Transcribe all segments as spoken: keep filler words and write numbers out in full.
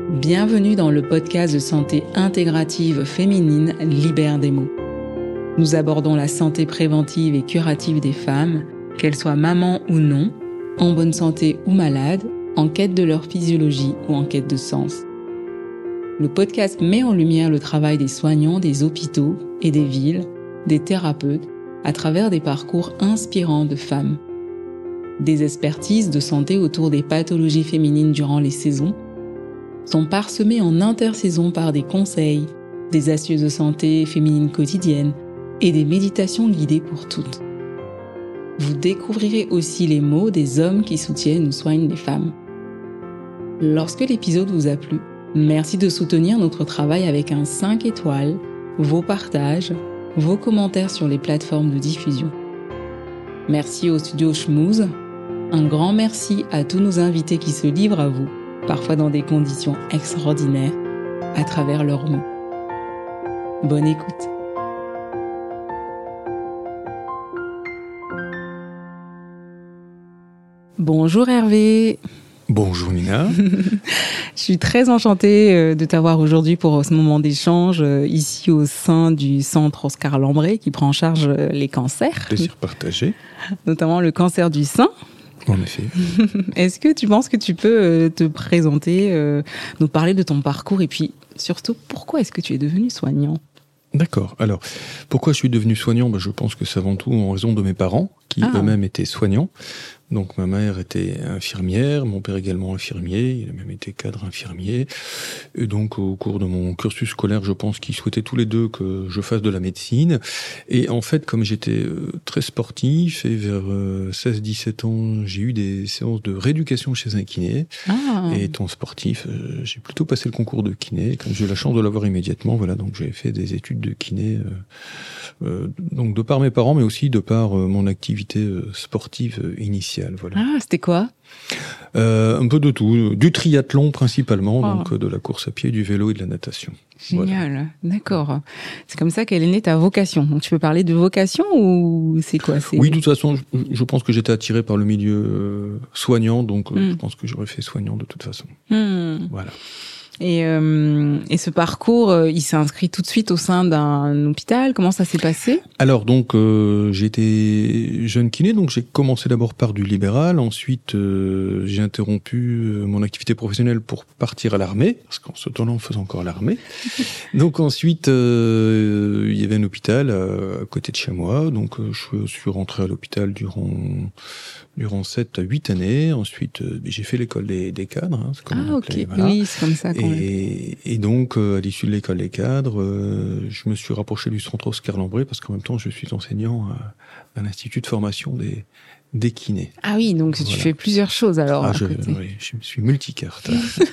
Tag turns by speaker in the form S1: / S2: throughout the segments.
S1: Bienvenue dans le podcast de santé intégrative féminine Libère des mots. Nous abordons la santé préventive et curative des femmes, qu'elles soient mamans ou non, en bonne santé ou malades, en quête de leur physiologie ou en quête de sens. Le podcast met en lumière le travail des soignants des hôpitaux et des villes, des thérapeutes, à travers des parcours inspirants de femmes. Des expertises de santé autour des pathologies féminines durant les saisons sont parsemées en intersaison par des conseils, des astuces de santé féminine quotidiennes et des méditations guidées pour toutes. Vous découvrirez aussi les mots des hommes qui soutiennent ou soignent les femmes. Lorsque l'épisode vous a plu, merci de soutenir notre travail avec un cinq étoiles, vos partages, vos commentaires sur les plateformes de diffusion. Merci au studio Schmooze. Un grand merci à tous nos invités qui se livrent à vous, parfois dans des conditions extraordinaires, à travers leurs mots. Bonne écoute. Bonjour Hervé.
S2: Bonjour Nina.
S1: Je suis très enchantée de t'avoir aujourd'hui pour ce moment d'échange ici au sein du centre Oscar Lambré qui prend en charge les cancers.
S2: Plaisir partagé.
S1: Notamment le cancer du sein.
S2: En effet.
S1: Est-ce que tu penses que tu peux te présenter, euh, nous parler de ton parcours et puis surtout pourquoi est-ce que tu es devenu soignant ?
S2: D'accord. Alors, pourquoi je suis devenu soignant ? Ben, je pense que c'est avant tout en raison de mes parents qui ah. eux-mêmes étaient soignants. Donc ma mère était infirmière, mon père également infirmier, il a même été cadre infirmier. Et donc au cours de mon cursus scolaire, je pense qu'ils souhaitaient tous les deux que je fasse de la médecine. Et en fait, comme j'étais très sportif et vers seize dix-sept ans, j'ai eu des séances de rééducation chez un kiné. Ah. Et étant sportif, j'ai plutôt passé le concours de kiné. Comme j'ai eu la chance de l'avoir immédiatement, voilà, donc j'ai fait des études de kiné. Euh, donc de par mes parents, mais aussi de par euh, mon activité euh, sportive euh, initiale. Voilà.
S1: Ah, c'était quoi ?
S2: euh, Un peu de tout, du triathlon principalement, oh. donc euh, de la course à pied, du vélo et de la natation.
S1: Génial, voilà. D'accord. C'est comme ça qu'elle est née ta vocation. Donc tu peux parler de vocation ou c'est quoi ? c'est...
S2: Oui, de toute façon, je, je pense que j'étais attiré par le milieu euh, soignant, donc euh, mm. je pense que j'aurais fait soignant de toute façon.
S1: Mm.
S2: Voilà.
S1: Et, euh, et ce parcours, euh, il s'est inscrit tout de suite au sein d'un hôpital. Comment ça s'est passé ?
S2: Alors donc, euh, j'étais jeune kiné, donc j'ai commencé d'abord par du libéral. Ensuite, euh, j'ai interrompu euh, mon activité professionnelle pour partir à l'armée, parce qu'en ce temps-là, on faisait encore l'armée. Donc ensuite, euh, il y avait un hôpital à, à côté de chez moi. Donc euh, je suis rentré à l'hôpital durant durant sept à huit années. Ensuite, euh, j'ai fait l'école des, des cadres. Hein,
S1: ah ok, voilà. Oui, c'est comme ça.
S2: Et, et donc, euh, à l'issue de l'école des cadres, euh, je me suis rapproché du centre Oscar Lambré parce qu'en même temps, je suis enseignant à, à l'Institut de formation des, des kinés.
S1: Ah oui, donc voilà. Tu fais plusieurs choses alors
S2: ah,
S1: à
S2: je,
S1: côté.
S2: Oui, je suis multicarte.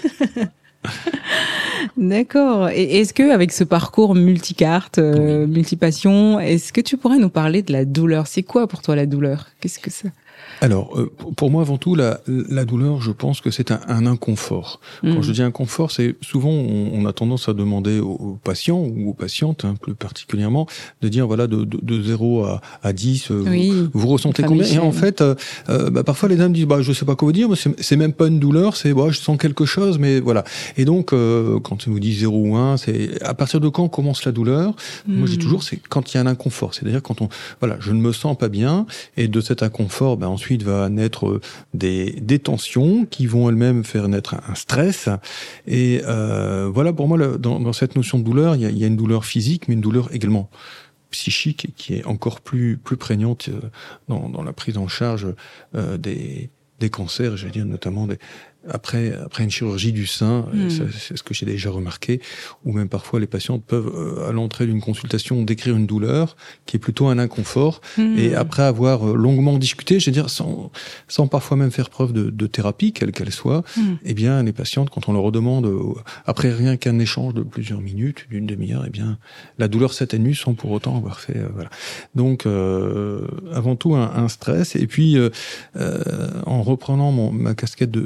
S1: D'accord. Et est-ce que avec ce parcours multicarte, euh, oui. multipassion, est-ce que tu pourrais nous parler de la douleur ? C'est quoi pour toi la douleur ? Qu'est-ce que c'est ?
S2: Alors, euh, pour moi, avant tout, la, la douleur, je pense que c'est un, un inconfort. Mmh. Quand je dis inconfort, c'est souvent, on, on a tendance à demander aux, aux patients ou aux patientes, hein, plus particulièrement, de dire, voilà, de, de, de zéro à, à dix, euh, oui, vous, vous ressentez combien ? Et en fait, euh, euh, bah, parfois, les dames disent, bah, je sais pas quoi vous dire, mais c'est, c'est même pas une douleur, c'est, bah, je sens quelque chose, mais voilà. Et donc, euh, quand on vous dit zéro ou un, c'est à partir de quand commence la douleur ? mmh. Moi, je dis toujours, c'est quand il y a un inconfort. C'est-à-dire quand on, voilà, je ne me sens pas bien, et de cet inconfort, bah, ensuite, va naître des, des tensions qui vont elles-mêmes faire naître un, un stress. Et euh, voilà, pour moi, le, dans, dans cette notion de douleur, il y a, il y a une douleur physique, mais une douleur également psychique qui est encore plus, plus prégnante dans, dans la prise en charge euh, des, des cancers, je veux dire notamment des... Après, après une chirurgie du sein, mmh. c'est, c'est ce que j'ai déjà remarqué, ou même parfois les patientes peuvent, euh, à l'entrée d'une consultation, décrire une douleur qui est plutôt un inconfort, mmh. et après avoir euh, longuement discuté, je veux dire, sans, sans parfois même faire preuve de, de thérapie, quelle qu'elle soit, mmh. eh bien, les patientes, quand on leur redemande, euh, après rien qu'un échange de plusieurs minutes, d'une demi-heure, eh bien, la douleur s'atténue sans pour autant avoir fait, euh, voilà. Donc, euh, avant tout, un, un stress, et puis, euh, euh, en reprenant mon, ma casquette de, de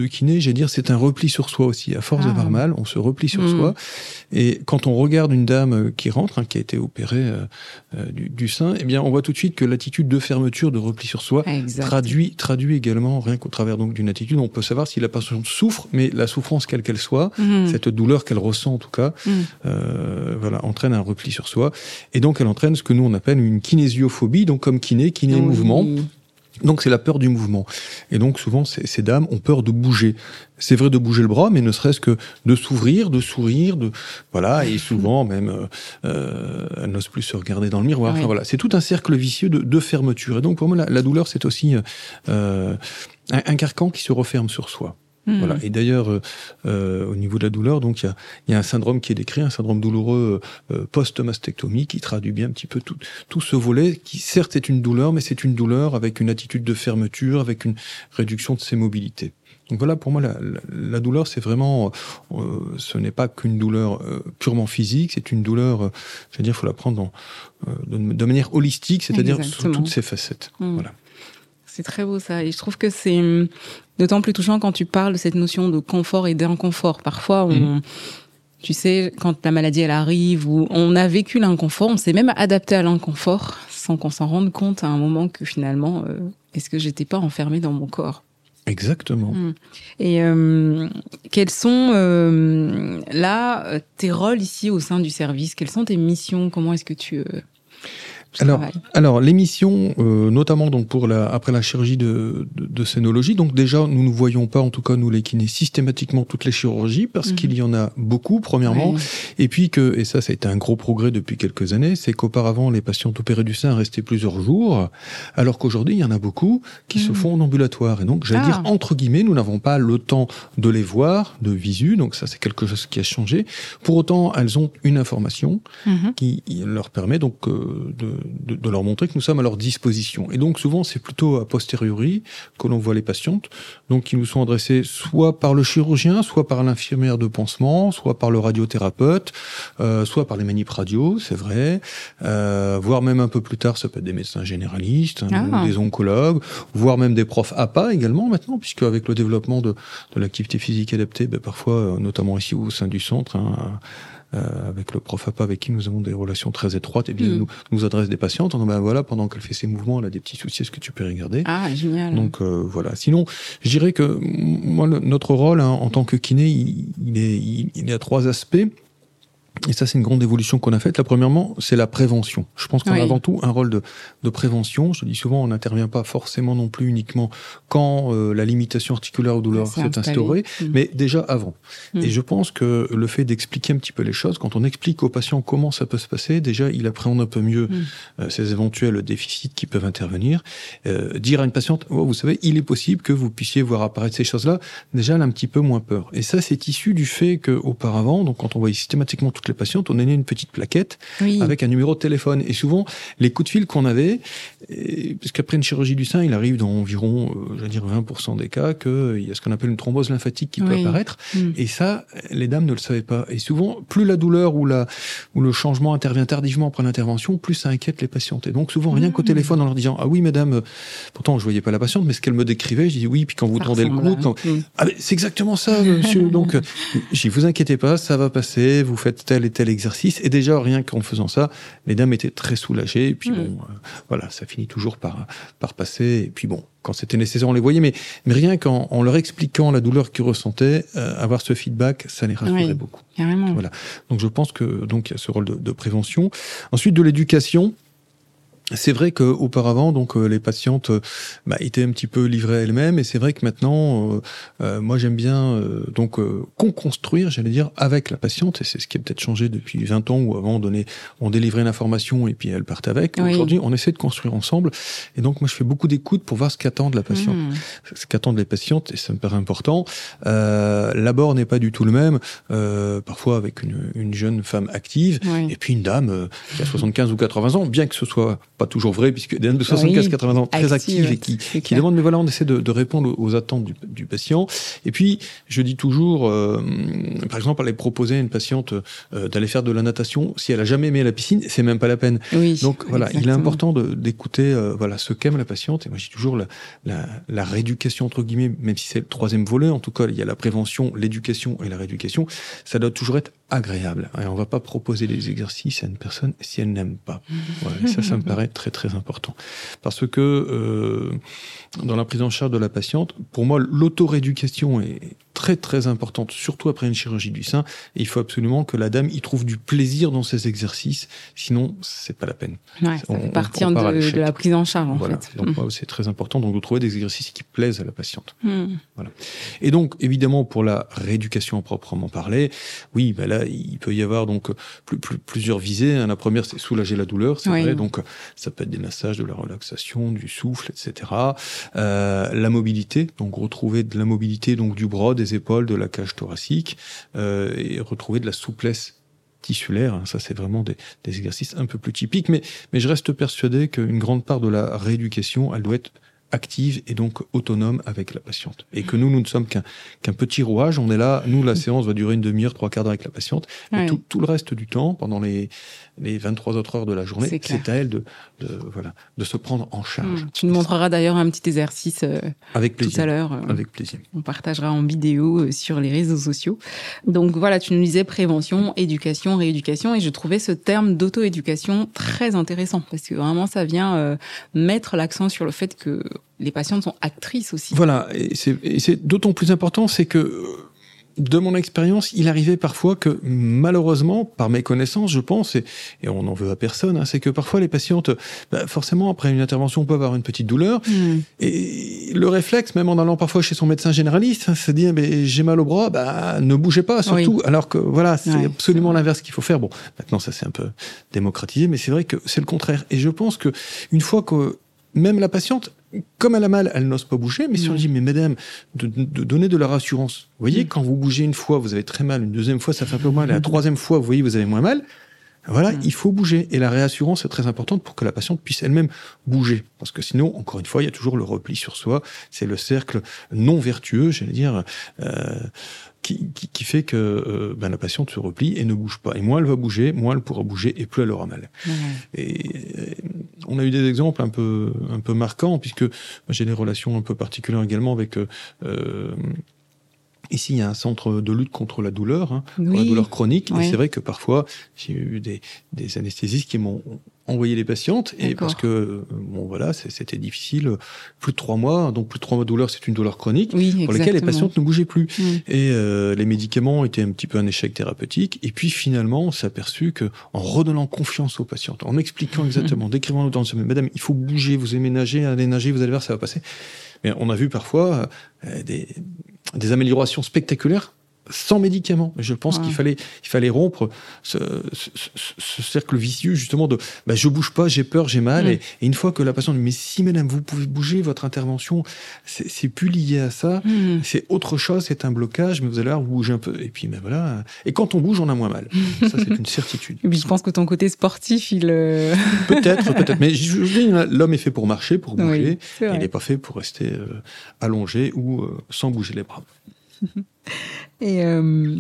S2: de kiné, j'allais dire, c'est un repli sur soi aussi. À force ah. d'avoir mal, on se replie sur mmh. soi. Et quand on regarde une dame qui rentre, hein, qui a été opérée euh, euh, du, du sein, eh bien, on voit tout de suite que l'attitude de fermeture, de repli sur soi, exact. traduit, traduit également, rien qu'au travers donc d'une attitude, on peut savoir si la patiente souffre, mais la souffrance quelle qu'elle soit, mmh. cette douleur qu'elle ressent en tout cas, mmh. euh, voilà, entraîne un repli sur soi. Et donc, elle entraîne ce que nous on appelle une kinésiophobie, donc comme kiné, kiné oui. mouvement. Donc c'est la peur du mouvement. Et donc souvent ces, ces dames ont peur de bouger. C'est vrai de bouger le bras, mais ne serait-ce que de s'ouvrir, de sourire, de voilà. Et souvent même euh, elles n'osent plus se regarder dans le miroir. Oui. Enfin voilà, c'est tout un cercle vicieux de, de fermeture. Et donc pour moi la, la douleur c'est aussi euh, un, un carcan qui se referme sur soi. Mmh. Voilà. Et d'ailleurs, euh, euh, au niveau de la douleur, donc il y a, y a un syndrome qui est décrit, un syndrome douloureux euh, post-mastectomie, qui traduit bien un petit peu tout, tout ce volet, qui certes est une douleur, mais c'est une douleur avec une attitude de fermeture, avec une réduction de ses mobilités. Donc voilà, pour moi, la, la, la douleur, c'est vraiment, euh, ce n'est pas qu'une douleur euh, purement physique, c'est une douleur, euh, je veux dire, il faut la prendre en, euh, de, de manière holistique, c'est-à-dire Exactement. sous toutes ses facettes. Mmh. Voilà.
S1: C'est très beau ça, et je trouve que c'est d'autant plus touchant quand tu parles de cette notion de confort et d'inconfort. Parfois, on, mmh. tu sais, quand la maladie elle arrive, ou on a vécu l'inconfort, on s'est même adapté à l'inconfort sans qu'on s'en rende compte à un moment que finalement, euh, est-ce que j'étais pas enfermée dans mon corps ?
S2: Exactement.
S1: Mmh. Et euh, quels sont euh, là tes rôles ici au sein du service ? Quelles sont tes missions ? Comment est-ce que tu euh,
S2: Alors, alors l'émission, euh, notamment donc pour la après la chirurgie de, de, de scénologie, donc déjà nous ne voyons pas, en tout cas nous les kinés, systématiquement toutes les chirurgies parce mmh. qu'il y en a beaucoup premièrement, oui. et puis que et ça ça a été un gros progrès depuis quelques années, c'est qu'auparavant les patients opérés du sein restaient plusieurs jours, alors qu'aujourd'hui il y en a beaucoup qui mmh. se font en ambulatoire et donc j'allais ah. dire entre guillemets nous n'avons pas le temps de les voir de visu, donc ça c'est quelque chose qui a changé. Pour autant elles ont une information mmh. qui leur permet donc euh, de De, de leur montrer que nous sommes à leur disposition. Et donc souvent c'est plutôt a posteriori que l'on voit les patientes, donc qui nous sont adressées soit par le chirurgien, soit par l'infirmière de pansement, soit par le radiothérapeute, euh, soit par les manips radio, c'est vrai, euh, voire même un peu plus tard ça peut être des médecins généralistes, ah. ou des oncologues, voire même des profs A P A également maintenant, puisque avec le développement de, de l'activité physique adaptée, ben, parfois, notamment ici au sein du centre, hein, Euh, avec le prof A P A avec qui nous avons des relations très étroites, et bien mmh. nous nous adresse des patientes en disant ben voilà, pendant qu'elle fait ses mouvements, elle a des petits soucis, est-ce que tu peux regarder ?
S1: Ah génial.
S2: Donc euh, voilà. Sinon, je dirais que moi le, notre rôle hein, en tant que kiné, il, il est il, il y a trois aspects. Et ça, c'est une grande évolution qu'on a faite. Là, premièrement, c'est la prévention. Je pense qu'on oui. a avant tout un rôle de, de prévention. Je dis souvent, on n'intervient pas forcément non plus uniquement quand euh, la limitation articulaire ou douleur s'est instaurée, mmh. mais déjà avant. Mmh. Et je pense que le fait d'expliquer un petit peu les choses, quand on explique au patient comment ça peut se passer, déjà, il appréhende un peu mieux mmh. euh, ces éventuels déficits qui peuvent intervenir. Euh, dire à une patiente, oh, vous savez, il est possible que vous puissiez voir apparaître ces choses-là, déjà, elle a un petit peu moins peur. Et ça, c'est issu du fait qu'auparavant, donc quand on voyait systématiquement toutes les patientes, on donnait une petite plaquette oui. avec un numéro de téléphone. Et souvent, les coups de fil qu'on avait, et, parce qu'après une chirurgie du sein, il arrive dans environ, euh, je veux dire, vingt pour cent des cas qu'il y a ce qu'on appelle une thrombose lymphatique qui oui. peut apparaître. Mm. Et ça, les dames ne le savaient pas. Et souvent, plus la douleur ou, la, ou le changement intervient tardivement après l'intervention, plus ça inquiète les patientes. Et donc, souvent, rien mm. qu'au téléphone, en leur disant, ah oui, madame, pourtant, je voyais pas la patiente, mais ce qu'elle me décrivait, je dis oui, puis quand vous ça tendez le cou, quand... mm. ah, mais c'est exactement ça, monsieur. Donc, je dis, vous inquiétez pas, ça va passer, vous faites tel et tel exercice, et déjà rien qu'en faisant ça, les dames étaient très soulagées, et puis mmh. bon, euh, voilà, ça finit toujours par, par passer, et puis bon, quand c'était nécessaire, on les voyait, mais, mais rien qu'en en leur expliquant la douleur qu'ils ressentaient, euh, avoir ce feedback, ça les rassurait oui, beaucoup.
S1: Carrément.
S2: Voilà. Donc je pense que, donc, il y a ce rôle de, de prévention. Ensuite, de l'éducation. C'est vrai qu'auparavant, donc euh, les patientes euh, bah, étaient un petit peu livrées à elles-mêmes, et c'est vrai que maintenant, euh, euh, moi j'aime bien euh, donc euh, co-construire, j'allais dire, avec la patiente, et c'est ce qui a peut-être changé depuis vingt ans, où avant on donnait, on délivrait l'information et puis elle partait avec. Oui. Aujourd'hui, on essaie de construire ensemble, et donc moi je fais beaucoup d'écoute pour voir ce qu'attendent la patiente, mmh. ce qu'attendent les patientes, et ça me paraît important. Euh, l'abord n'est pas du tout le même, euh, parfois avec une, une jeune femme active, oui. et puis une dame euh, qui a soixante-quinze ou quatre-vingts ans, bien que ce soit pas toujours vrai, puisque des dames de soixante-quinze à quatre-vingts ans, très actives, actives et qui, qui demandent, mais voilà, on essaie de, de répondre aux attentes du, du patient. Et puis, je dis toujours, euh, par exemple, aller proposer à une patiente euh, d'aller faire de la natation, si elle a jamais aimé la piscine, c'est même pas la peine.
S1: Oui,
S2: donc voilà,
S1: exactement.
S2: Il est important de, d'écouter euh, voilà, ce qu'aime la patiente. Et moi, je dis toujours la, la, la rééducation, entre guillemets, même si c'est le troisième volet, en tout cas, il y a la prévention, l'éducation et la rééducation, ça doit toujours être agréable. Et on va pas proposer des exercices à une personne si elle n'aime pas. Voilà, et ça, ça me paraît très, très important. Parce que euh, dans la prise en charge de la patiente, pour moi, l'auto-rééducation est très, très importante, surtout après une chirurgie du sein. Et il faut absolument que la dame y trouve du plaisir dans ces exercices. Sinon, c'est pas la peine.
S1: Ouais, ça
S2: on,
S1: fait partie
S2: on, on
S1: de, de la prise en charge, en
S2: voilà.
S1: fait.
S2: Donc, mmh. moi, c'est très important donc, de trouver des exercices qui plaisent à la patiente.
S1: Mmh.
S2: Voilà. Et donc, évidemment, pour la rééducation à proprement parler, oui, ben là, il peut y avoir donc plus, plus, plusieurs visées. La première, c'est soulager la douleur, c'est
S1: oui.
S2: vrai. Donc, ça peut être des massages, de la relaxation, du souffle, et cetera. Euh, la mobilité, donc retrouver de la mobilité donc du bras, des épaules, de la cage thoracique, euh, et retrouver de la souplesse tissulaire. Ça, c'est vraiment des, des exercices un peu plus typiques. Mais, mais je reste persuadé qu'une grande part de la rééducation, elle doit être active et donc autonome avec la patiente. Et que nous, nous ne sommes qu'un, qu'un petit rouage. On est là, nous, la séance va durer une demi-heure, trois quarts d'heure avec la patiente. Et
S1: oui.
S2: tout, tout le reste du temps, pendant les, les vingt-trois autres heures de la journée, c'est, c'est à elle de, de, voilà, de se prendre en charge.
S1: Mmh. Tu nous montreras d'ailleurs un petit exercice euh,
S2: avec plaisir.
S1: tout à l'heure.
S2: Euh, avec plaisir.
S1: On partagera en vidéo euh, sur les réseaux sociaux. Donc voilà, tu nous disais prévention, éducation, rééducation. Et je trouvais ce terme d'auto-éducation très intéressant parce que vraiment, ça vient euh, mettre l'accent sur le fait que les patientes sont actrices aussi.
S2: Voilà, et c'est, et c'est d'autant plus important, c'est que, de mon expérience, il arrivait parfois que, malheureusement, par mes connaissances, je pense, et, et on n'en veut à personne, hein, c'est que parfois les patientes, bah, forcément, après une intervention, peuvent avoir une petite douleur, mmh. et le réflexe, même en allant parfois chez son médecin généraliste, hein, c'est de dire, mais j'ai mal au bras, bah, ne bougez pas, surtout, oui. alors que, voilà, c'est ouais. absolument l'inverse qu'il faut faire. Bon, maintenant, ça c'est un peu démocratisé, mais c'est vrai que c'est le contraire. Et je pense que, une fois que, même la patiente, comme elle a mal, elle n'ose pas bouger, mais si on dit, mais madame, de, de donner de la rassurance. Vous voyez, mmh. quand vous bougez une fois, vous avez très mal, une deuxième fois, ça fait un peu mal, et la troisième fois, vous voyez, vous avez moins mal. Voilà, mmh. il faut bouger. Et la réassurance est très importante pour que la patiente puisse elle-même bouger. Parce que sinon, encore une fois, il y a toujours le repli sur soi. C'est le cercle non vertueux, j'allais dire, euh, qui, qui, qui fait que euh, ben, la patiente se replie et ne bouge pas. Et moins elle va bouger, moins elle pourra bouger et plus elle aura mal. Mmh. Et, et on a eu des exemples un peu, un peu marquants, puisque j'ai des relations un peu particulières également avec... Euh, Ici, il y a un centre de lutte contre la douleur, hein, oui. pour la douleur chronique. Oui. Et c'est vrai que parfois, j'ai eu des, des anesthésistes qui m'ont envoyé les patientes, et parce que bon voilà, c'était difficile, plus de trois mois, donc plus de trois mois de douleur, c'est une douleur chronique,
S1: oui,
S2: pour laquelle les patientes ne bougeaient plus.
S1: Mm.
S2: Et euh, les médicaments étaient un petit peu un échec thérapeutique. Et puis finalement, on s'est aperçu que, en redonnant confiance aux patientes, en expliquant exactement, mm. décrivant dans ce madame, il faut bouger, vous aimez nager, allez nager, vous allez voir, ça va passer. Mais on a vu parfois euh, des des améliorations spectaculaires sans médicaments. Je pense ouais. qu'il fallait, il fallait rompre ce, ce, ce, ce cercle vicieux, justement, de bah, je bouge pas, j'ai peur, j'ai mal. Mmh. Et, et une fois que la patiente dit, mais si madame, vous pouvez bouger, votre intervention, c'est, c'est plus lié à ça, mmh. c'est autre chose, c'est un blocage, mais vous allez voir, vous bougez un peu. Et puis, ben voilà. Et quand on bouge, on a moins mal. Ça, c'est une certitude.
S1: Et puis, je pense que ton côté sportif, il. Euh...
S2: Peut-être, peut-être. Mais je, je dis, l'homme est fait pour marcher, pour bouger. Oui, il n'est pas fait pour rester euh, allongé ou euh, sans bouger les bras.
S1: Et euh,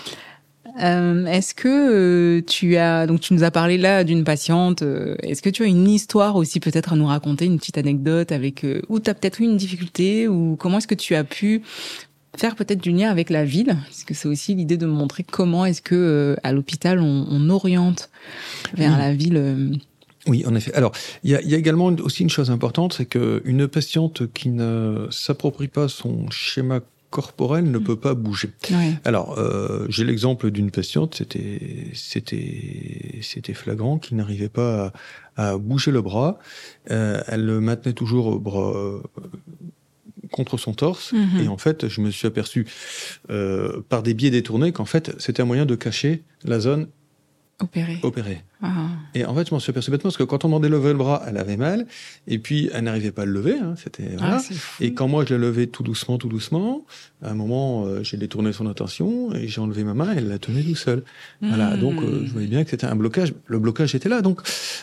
S1: euh, est-ce que euh, tu as donc tu nous as parlé là d'une patiente. Euh, est-ce que tu as une histoire aussi peut-être à nous raconter, une petite anecdote avec euh, où tu as peut-être eu une difficulté ou comment est-ce que tu as pu faire peut-être du lien avec la ville, parce que c'est aussi l'idée de montrer comment est-ce que euh, à l'hôpital on, on oriente vers mmh. la ville. Euh...
S2: Oui, en effet. Alors, il y a, y a également aussi une chose importante, c'est que une patiente qui ne s'approprie pas son schéma corporel ne peut pas bouger.
S1: Ouais.
S2: Alors, euh, j'ai l'exemple d'une patiente, c'était, c'était, c'était flagrant, qui n'arrivait pas à, à bouger le bras. Euh, elle le maintenait toujours au bras euh, contre son torse. Mm-hmm. Et en fait, je me suis aperçu euh, par des biais détournés qu'en fait, c'était un moyen de cacher la zone
S1: Opérée.
S2: Opérée.
S1: Ah.
S2: Et en fait, je m'en suis aperçu bêtement parce que quand on demandait de lever le bras, elle avait mal. Et puis, elle n'arrivait pas à le lever. Hein, c'était, voilà.
S1: Ah,
S2: et quand moi, je l'ai levé tout doucement, tout doucement, à un moment, euh, j'ai détourné son attention et j'ai enlevé ma main et elle la tenait tout seule. Mmh. Voilà. Donc, euh, je voyais bien que c'était un blocage. Le blocage était là. Donc,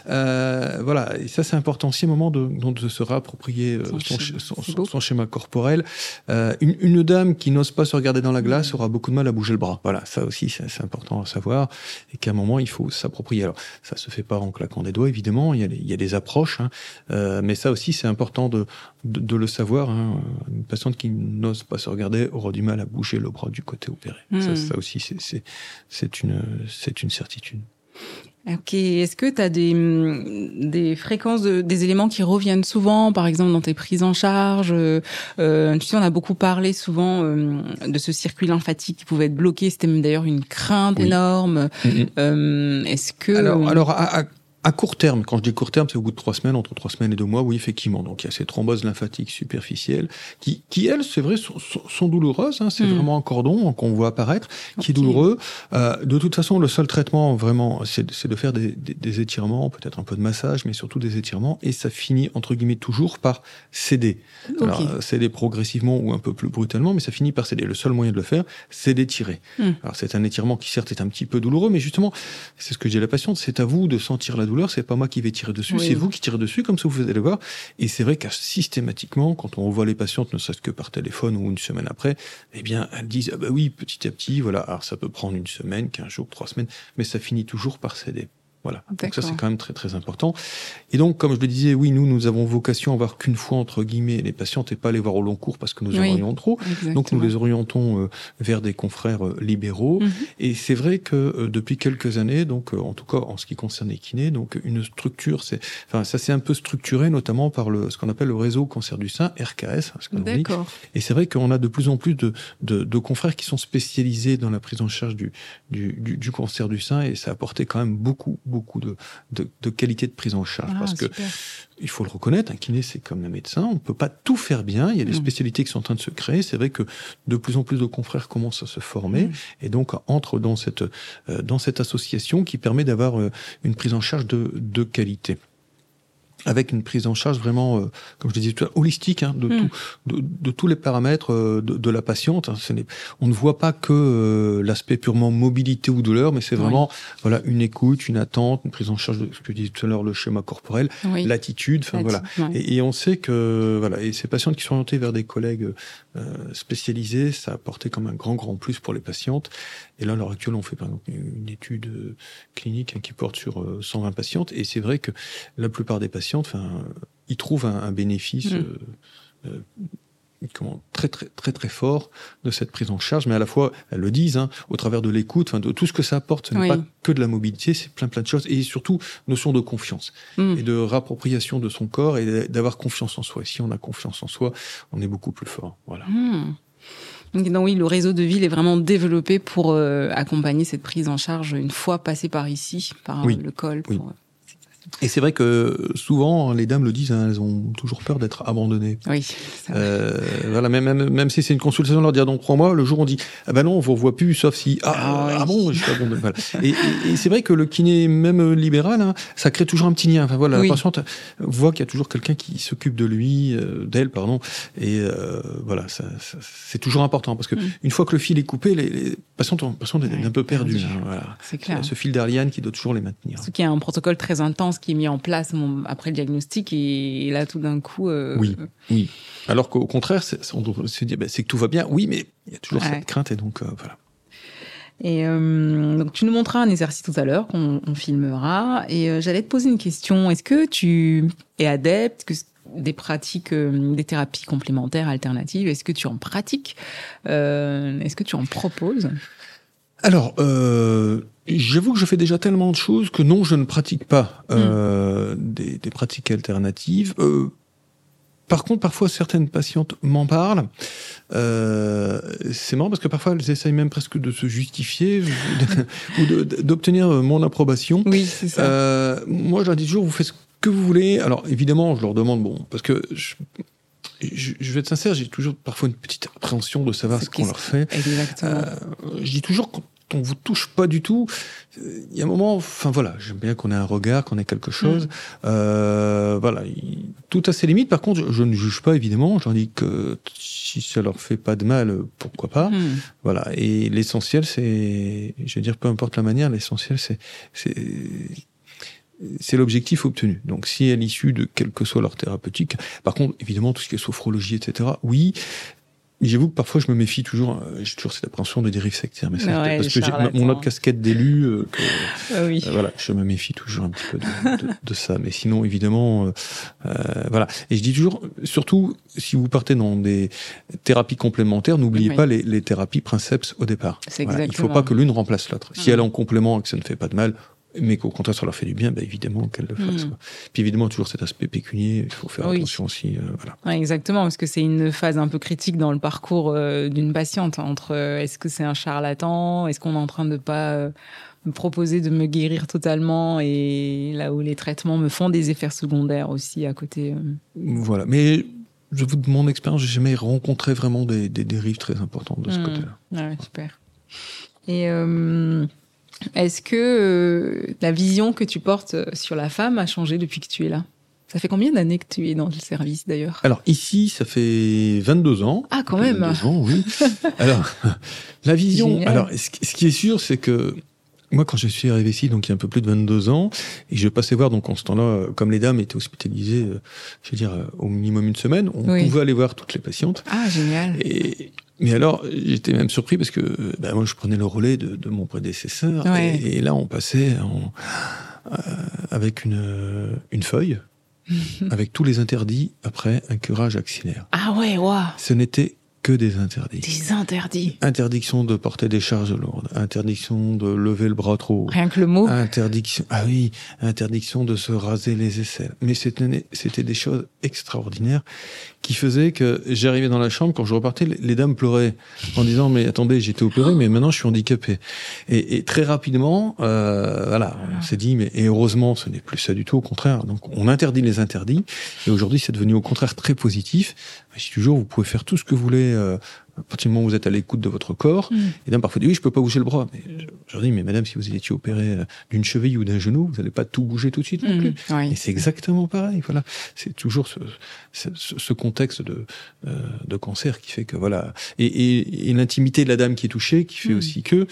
S2: euh, voilà. Et ça, c'est important aussi, un moment de, de se réapproprier euh, son, son, son, son, son schéma corporel. Euh, une, une dame qui n'ose pas se regarder dans la glace mmh. aura beaucoup de mal à bouger le bras. Voilà. Ça aussi, c'est, c'est important à savoir. Et qu'à un moment, il faut s'approprier. Alors, ça se fait pas en claquant des doigts, évidemment. Il y a, les, il y a des approches, hein. euh, mais ça aussi, c'est important de, de, de le savoir. Hein. Une patiente qui n'ose pas se regarder aura du mal à bouger le bras du côté opéré. Mmh. Ça, ça aussi, c'est, c'est, c'est une, c'est une certitude.
S1: Ok. Est-ce que tu as des, des fréquences, de, des éléments qui reviennent souvent, par exemple dans tes prises en charge euh, Tu sais, on a beaucoup parlé souvent euh, de ce circuit lymphatique qui pouvait être bloqué. C'était même d'ailleurs une crainte oui. énorme. Mm-hmm. Euh, est-ce que
S2: alors, alors à, à... À court terme, quand je dis court terme, c'est au bout de trois semaines, entre trois semaines et deux mois, oui, effectivement. Donc, il y a ces thromboses lymphatiques superficielles qui, qui elles, c'est vrai, sont, sont douloureuses. Hein. C'est mmh. vraiment un cordon qu'on voit apparaître, qui okay. est douloureux. Euh, de toute façon, le seul traitement, vraiment, c'est, c'est de faire des, des, des étirements, peut-être un peu de massage, mais surtout des étirements. Et ça finit, entre guillemets, toujours par céder. Okay. Alors, céder progressivement ou un peu plus brutalement, mais ça finit par céder. Le seul moyen de le faire, c'est d'étirer. Mmh. Alors, c'est un étirement qui, certes, est un petit peu douloureux, mais justement, c'est ce que je dis à la patiente, c'est à vous de sentir la douleur, c'est pas moi qui vais tirer dessus, oui. c'est vous qui tirez dessus, comme ça vous allez voir. Et c'est vrai que systématiquement, quand on revoit les patientes, ne serait-ce que par téléphone ou une semaine après, eh bien, elles disent, ah bah oui, petit à petit, voilà. Alors ça peut prendre une semaine, quinze jours, trois semaines, mais ça finit toujours par céder. Voilà. D'accord. Donc ça, c'est quand même très, très important. Et donc, comme je le disais, oui, nous, nous avons vocation à voir qu'une fois, entre guillemets, les patientes et pas les voir au long cours parce que nous oui, orientons trop. Exactement. Donc, nous les orientons euh, vers des confrères euh, libéraux. Mm-hmm. Et c'est vrai que euh, depuis quelques années, donc, euh, en tout cas, en ce qui concerne les kinés, donc, une structure, c'est, enfin, ça s'est un peu structuré, notamment par le, ce qu'on appelle le réseau cancer du sein, R K S, ce qu'on dit. Et c'est vrai qu'on a de plus en plus de, de, de confrères qui sont spécialisés dans la prise en charge du, du, du, du cancer du sein et ça a apporté quand même beaucoup, beaucoup de, de, de qualité de prise en charge. Ah, parce super. Que, il faut le reconnaître, un kiné, c'est comme un médecin, on ne peut pas tout faire bien, il y a des mmh. spécialités qui sont en train de se créer, c'est vrai que de plus en plus de confrères commencent à se former, mmh. et donc entrent dans cette, euh, dans cette association qui permet d'avoir euh, une prise en charge de, de qualité. Avec une prise en charge vraiment, euh, comme je le disais tout à l'heure, holistique, hein, de, mmh. tout, de, de tous les paramètres euh, de, de la patiente. Hein. Ce n'est, on ne voit pas que euh, l'aspect purement mobilité ou douleur, mais c'est vraiment oui. voilà, une écoute, une attente, une prise en charge de ce que je disais tout à l'heure, le schéma corporel, oui. l'attitude. Enfin voilà. Oui. Et, et on sait que voilà, et ces patientes qui sont orientées vers des collègues euh, spécialisés, ça a apporté comme un grand grand plus pour les patientes. Et là, à l'heure actuelle, on fait par exemple une étude euh, clinique hein, qui porte sur euh, cent vingt patientes, et c'est vrai que la plupart des patients Enfin, ils trouvent un, un bénéfice mmh. euh, euh, comment, très très très très fort de cette prise en charge, mais à la fois elles le disent, hein, au travers de l'écoute, enfin de tout ce que ça apporte, ce n'est oui. pas que de la mobilité, c'est plein plein de choses, et surtout notion de confiance mmh. et de réappropriation de son corps et d'avoir confiance en soi. Et si on a confiance en soi, on est beaucoup plus fort. Voilà.
S1: Mmh. Donc oui, le réseau de ville est vraiment développé pour euh, accompagner cette prise en charge une fois passé par ici, par
S2: oui.
S1: le col. Pour...
S2: Oui. Et c'est vrai que souvent, les dames le disent, hein, elles ont toujours peur d'être abandonnées.
S1: Oui.
S2: Euh, voilà, même, même, même si c'est une consultation, leur dire dans trois mois, le jour on dit, ah ben non, on vous revoit plus, sauf si, ah, ah, oui. ah bon, je suis abandonnée. Voilà. Et, et, et c'est vrai que le kiné, même libéral, hein, ça crée toujours un petit lien. Enfin voilà, oui. la patiente voit qu'il y a toujours quelqu'un qui s'occupe de lui, euh, d'elle, pardon. Et euh, voilà, ça, ça, c'est toujours important parce que mm. une fois que le fil est coupé, les, les patientes ont l'impression d'être ouais, un peu perdues. Hein, voilà.
S1: C'est clair.
S2: Ce fil d'Ariane qui doit toujours les maintenir.
S1: Ce qui est un protocole très intense qui est mis en place bon, après le diagnostic et, et là tout d'un coup euh...
S2: oui oui alors qu'au contraire c'est, on se dit bah, c'est que tout va bien oui mais il y a toujours ouais. cette crainte et donc euh, voilà.
S1: Et euh, donc tu nous montreras un exercice tout à l'heure qu'on on filmera et euh, j'allais te poser une question. Est-ce que tu es adepte que des pratiques, euh, des thérapies complémentaires alternatives, est-ce que tu en pratiques, euh, est-ce que tu en proposes?
S2: Alors, euh, j'avoue que je fais déjà tellement de choses que non, je ne pratique pas euh, mmh. des, des pratiques alternatives. Euh, par contre, parfois, certaines patientes m'en parlent. Euh, c'est marrant parce que parfois, elles essayent même presque de se justifier ou de, d'obtenir mon approbation.
S1: Oui, c'est ça.
S2: Euh, moi, je leur dis toujours, vous faites ce que vous voulez. Alors, évidemment, je leur demande, bon, parce que... Je, Je, je vais être sincère, j'ai toujours parfois une petite appréhension de savoir c'est ce qu'on leur fait.
S1: Exactement.
S2: Euh, je dis toujours, quand, on vous touche pas du tout, il y a un moment, enfin voilà, j'aime bien qu'on ait un regard, qu'on ait quelque chose. Mmh. Euh, voilà, il, tout a ses limites. Par contre, je ne juge pas évidemment. J'en dis que si ça leur fait pas de mal, pourquoi pas. Mmh. Voilà. Et l'essentiel, c'est, je veux dire, peu importe la manière, l'essentiel, c'est, c'est, c'est l'objectif obtenu. Donc, si à l'issue de quelle que soit leur thérapeutique, par contre, évidemment, tout ce qui est sophrologie, et cetera. Oui. Mais j'avoue que parfois je me méfie toujours, euh, j'ai toujours cette appréhension de dérive sectaire, mais ça, ouais, parce que j'ai mon autre casquette d'élu, euh, que,
S1: ah oui.
S2: euh, voilà, je me méfie toujours un petit peu de, de, de ça. Mais sinon, évidemment, euh, euh, voilà. Et je dis toujours, surtout si vous partez dans des thérapies complémentaires, n'oubliez oui. pas les, les thérapies princeps au départ.
S1: C'est
S2: voilà.
S1: exactement.
S2: Il ne faut pas que l'une remplace l'autre. Si
S1: mmh.
S2: elle est en complément et que ça ne fait pas de mal, mais qu'au contraire ça leur fait du bien, ben évidemment qu'elles le fassent. Mmh. Puis évidemment toujours cet aspect pécunier, il faut faire oui. attention aussi. Euh, voilà.
S1: Ouais, exactement, parce que c'est une phase un peu critique dans le parcours euh, d'une patiente, entre euh, est-ce que c'est un charlatan, est-ce qu'on est en train de pas euh, me proposer de me guérir totalement, et là où les traitements me font des effets secondaires aussi à côté. Euh.
S2: Voilà, mais je vous de mon expérience, j'ai jamais rencontré vraiment des, des dérives très importantes de ce mmh. côté-là.
S1: Ouais, super. Et euh, est-ce que euh, la vision que tu portes sur la femme a changé depuis que tu es là ? Ça fait combien d'années que tu es dans le service, d'ailleurs ?
S2: Alors, ici, ça fait vingt-deux ans.
S1: Ah, quand même !
S2: vingt-deux ans, oui. Alors, la vision... Génial. Alors, ce qui est sûr, c'est que moi, quand je suis arrivé ici, donc il y a un peu plus de vingt-deux ans, et je passais voir, donc en ce temps-là, comme les dames étaient hospitalisées, euh, je veux dire, euh, au minimum une semaine, on oui. pouvait aller voir toutes les patientes.
S1: Ah, génial.
S2: Et... Mais alors, j'étais même surpris parce que ben, moi, je prenais le relais de, de mon prédécesseur. Ouais. Et, et là, on passait en, euh, avec une, une feuille, avec tous les interdits après un curage axillaire.
S1: Ah ouais, waouh.
S2: Ce n'était que des interdits.
S1: Des interdits.
S2: Interdiction de porter des charges lourdes. Interdiction de lever le bras trop haut.
S1: Rien que le mot.
S2: Interdiction, ah oui, interdiction de se raser les aisselles. Mais c'était, c'était des choses extraordinaires qui faisaient que j'arrivais dans la chambre, quand je repartais, les dames pleuraient en disant, mais attendez, j'étais opéré, mais maintenant je suis handicapé. Et, et très rapidement, euh, voilà, on s'est dit, mais et heureusement, ce n'est plus ça du tout, au contraire. Donc, on interdit les interdits. Et aujourd'hui, c'est devenu au contraire très positif. Je dis toujours, vous pouvez faire tout ce que vous voulez, euh, à partir du moment où vous êtes à l'écoute de votre corps. Mmh. Et dames parfois disent, oui, je peux pas bouger le bras. Mais je, je leur dis, mais madame, si vous étiez opérée d'une cheville ou d'un genou, vous n'allez pas tout bouger tout de suite non plus.
S1: Mmh, oui.
S2: Et c'est exactement pareil. Voilà. C'est toujours ce, ce, ce contexte de, euh, de cancer qui fait que, voilà. Et, et, et l'intimité de la dame qui est touchée, qui fait mmh. aussi que,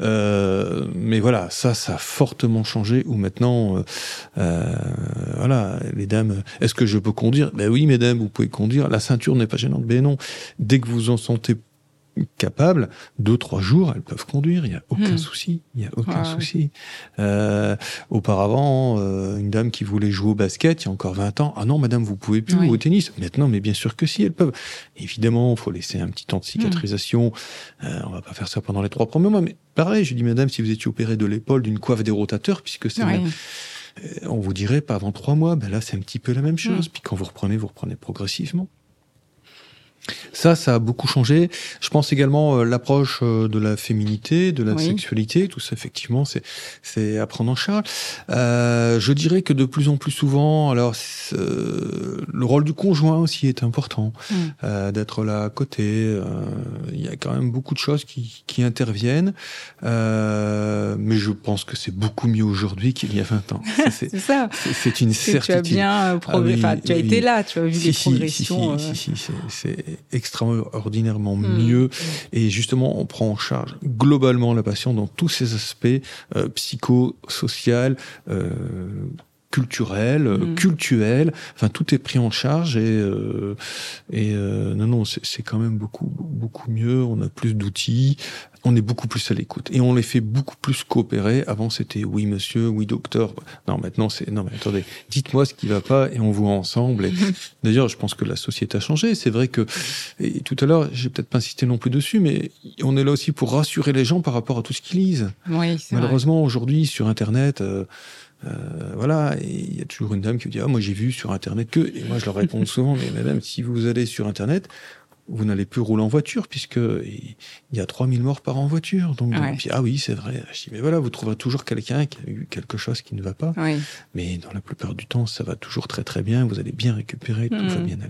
S2: euh, mais voilà, ça, ça a fortement changé, où maintenant, euh, euh, voilà, les dames, est-ce que je peux conduire? Ben oui, mesdames, vous pouvez conduire. La ceinture n'est pas gênante. Ben non. Dès que vous en sentez capables, deux, trois jours, elles peuvent conduire, il n'y a aucun mmh. souci, il n'y a aucun ah, souci. Oui. Euh, auparavant, euh, une dame qui voulait jouer au basket, il y a encore vingt ans, ah non, madame, vous pouvez plus, oui. ou au tennis. Maintenant, mais bien sûr que si, elles peuvent. Évidemment, il faut laisser un petit temps de cicatrisation, mmh. euh, on va pas faire ça pendant les trois premiers mois, mais pareil, je dis, madame, si vous étiez opérée de l'épaule, d'une coiffe des rotateurs, puisque c'est... Oui. Même, euh, on vous dirait, pas avant trois mois, ben là, c'est un petit peu la même chose. Mmh. Puis quand vous reprenez, vous reprenez progressivement. Ça, ça a beaucoup changé. Je pense également euh, l'approche euh, de la féminité, de la oui. sexualité, tout ça, effectivement, c'est c'est à prendre en charge. Euh, je dirais que de plus en plus souvent, alors euh, le rôle du conjoint aussi est important, mm. euh, d'être là à côté. Euh, il y a quand même beaucoup de choses qui, qui interviennent, euh, mais je pense que c'est beaucoup mieux aujourd'hui qu'il y a vingt ans.
S1: Ça, c'est, c'est ça.
S2: C'est, c'est une certitude. Tu
S1: as bien progressé. Ah, oui, enfin, tu as oui. été là, tu as vu si, les
S2: si,
S1: progressions.
S2: Si, si,
S1: euh...
S2: si, si, c'est, c'est extraordinairement mmh. mieux, et justement on prend en charge globalement la patiente dans tous ses aspects euh, psychosocial, euh, culturel, mmh. cultuel, enfin tout est pris en charge, et euh, et euh, non non c'est, c'est quand même beaucoup beaucoup mieux. On a plus d'outils, on est beaucoup plus à l'écoute, et on les fait beaucoup plus coopérer. Avant c'était oui monsieur, oui docteur. Non, maintenant c'est non mais attendez, dites-moi ce qui va pas et on voit ensemble. Et d'ailleurs, je pense que la société a changé. C'est vrai que, et tout à l'heure, j'ai peut-être pas insisté non plus dessus, mais on est là aussi pour rassurer les gens par rapport à tout ce qu'ils lisent.
S1: Oui, c'est
S2: malheureusement
S1: vrai.
S2: Aujourd'hui sur Internet. Euh, Euh, voilà, et il y a toujours une dame qui me dit ah moi j'ai vu sur Internet que, et moi je leur réponds souvent, mais madame, si vous allez sur Internet, vous n'allez plus rouler en voiture, puisque il y a trois mille morts par an en voiture. Donc, ouais. puis, ah oui, c'est vrai. Je dis, mais voilà, vous trouverez toujours quelqu'un qui a eu quelque chose qui ne va pas.
S1: Oui.
S2: Mais dans la plupart du temps, ça va toujours très très bien. Vous allez bien récupérer, tout mmh. va bien aller.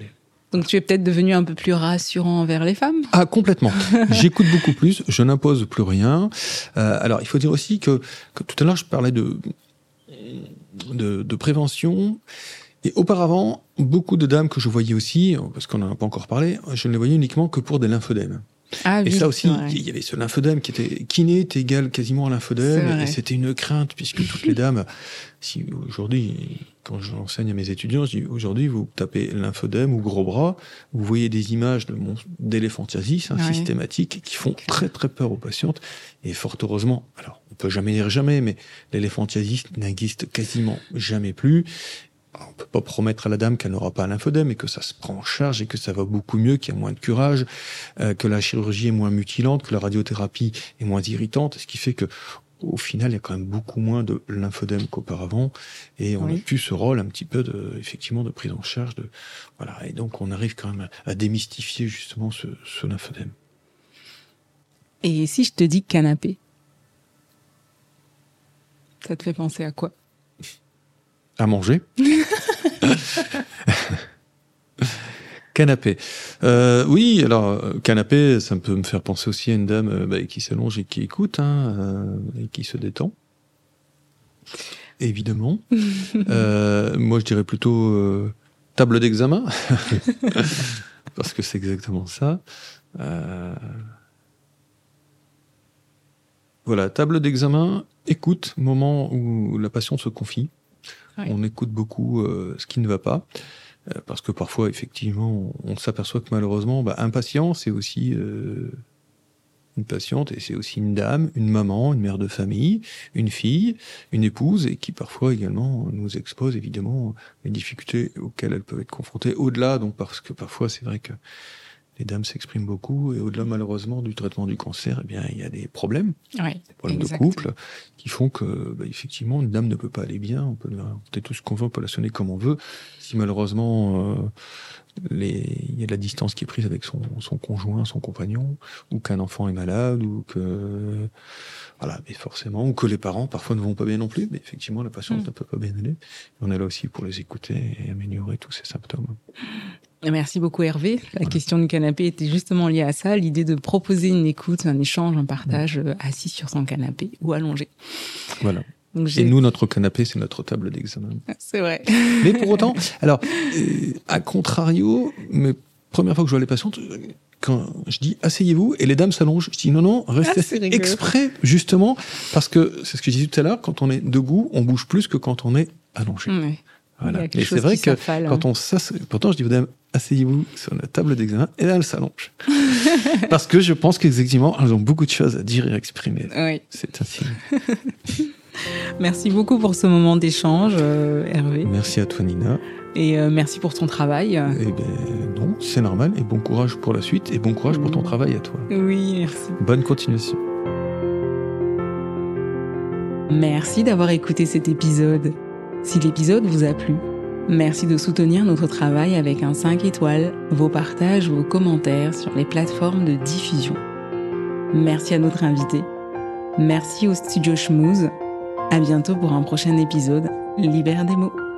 S1: Donc tu es peut-être devenu un peu plus rassurant envers les femmes ?
S2: Ah, complètement. J'écoute beaucoup plus, je n'impose plus rien. Euh, alors, il faut dire aussi que, que tout à l'heure, je parlais de, de, de prévention. Et auparavant, beaucoup de dames que je voyais aussi, parce qu'on n'en a pas encore parlé, je ne les voyais uniquement que pour des lymphœdèmes.
S1: Ah,
S2: et
S1: oui,
S2: ça aussi,
S1: ouais.
S2: il y avait ce lymphœdème qui était kiné est égal quasiment à lymphœdème, et c'était une crainte puisque toutes les dames, si aujourd'hui, quand j'enseigne à mes étudiants, je dis aujourd'hui vous tapez lymphœdème ou gros bras, vous voyez des images de d'éléphantiasis hein, ouais. systématiques qui font très très peur aux patientes, et fort heureusement, alors on peut jamais dire jamais, mais l'éléphantiasis n'existe quasiment jamais plus. On peut pas promettre à la dame qu'elle n'aura pas un lymphœdème et que ça se prend en charge et que ça va beaucoup mieux, qu'il y a moins de curage, euh, que la chirurgie est moins mutilante, que la radiothérapie est moins irritante, ce qui fait que au final il y a quand même beaucoup moins de lymphœdème qu'auparavant, et on oui. a plus ce rôle un petit peu de effectivement de prise en charge de voilà, et donc on arrive quand même à, à démystifier justement ce, ce lymphœdème.
S1: Et si je te dis canapé, ça te fait penser à quoi?
S2: À manger. Canapé. Euh, oui, alors, canapé, ça peut me faire penser aussi à une dame euh, bah, qui s'allonge et qui écoute, hein, euh, et qui se détend. Évidemment. euh, moi, je dirais plutôt euh, table d'examen. Parce que c'est exactement ça. Euh... Voilà, table d'examen, écoute, moment où la patiente se confie. Oui. On écoute beaucoup euh, ce qui ne va pas, euh, parce que parfois, effectivement, on, on s'aperçoit que malheureusement, bah, un patient, c'est aussi euh, une patiente, et c'est aussi une dame, une maman, une mère de famille, une fille, une épouse, et qui parfois également nous expose évidemment les difficultés auxquelles elles peuvent être confrontées, au-delà, donc parce que parfois, c'est vrai que les dames s'expriment beaucoup, et au-delà malheureusement du traitement du cancer, eh bien il y a des problèmes,
S1: oui,
S2: des problèmes
S1: exact.
S2: de couple, qui font que bah, effectivement une dame ne peut pas aller bien. On peut raconter tout ce qu'on veut, on peut la sonner comme on veut. Si malheureusement euh, les... il y a de la distance qui est prise avec son, son conjoint, son compagnon, ou qu'un enfant est malade, ou que voilà, mais forcément, ou que les parents parfois ne vont pas bien non plus, mais effectivement la patiente mmh. ne peut pas bien aller. Et on est là aussi pour les écouter et améliorer tous ces symptômes.
S1: Merci beaucoup Hervé. La
S2: voilà.
S1: question du canapé était justement liée à ça, l'idée de proposer une écoute, un échange, un partage mmh. assis sur son canapé ou allongé.
S2: Voilà. Donc, j'ai... Et nous, notre canapé, c'est notre table d'examen.
S1: C'est vrai.
S2: Mais pour autant, alors, euh, à contrario, mes premières fois que je vois les patientes, quand je dis asseyez-vous et les dames s'allongent, je dis non, non, restez ah, exprès, justement, parce que c'est ce que je disais tout à l'heure, quand on est debout, on bouge plus que quand on est allongé.
S1: Mmh.
S2: Voilà. Et c'est vrai que
S1: s'affale,
S2: quand on s'assied, pourtant je dis aux dames, asseyez-vous sur la table d'examen, et là elles s'allongent. Parce que je pense qu'effectivement, elles ont beaucoup de choses à dire et à exprimer.
S1: Oui.
S2: C'est ainsi.
S1: Merci beaucoup pour ce moment d'échange, euh, Hervé.
S2: Merci à toi, Nina.
S1: Et euh, merci pour ton travail.
S2: Eh ben non, c'est normal. Et bon courage pour la suite, et bon courage mmh. pour ton travail à toi.
S1: Oui, merci.
S2: Bonne continuation.
S1: Merci d'avoir écouté cet épisode. Si l'épisode vous a plu, merci de soutenir notre travail avec un cinq étoiles, vos partages, vos commentaires sur les plateformes de diffusion. Merci à notre invité. Merci au studio Schmooze. À bientôt pour un prochain épisode Libère des mots.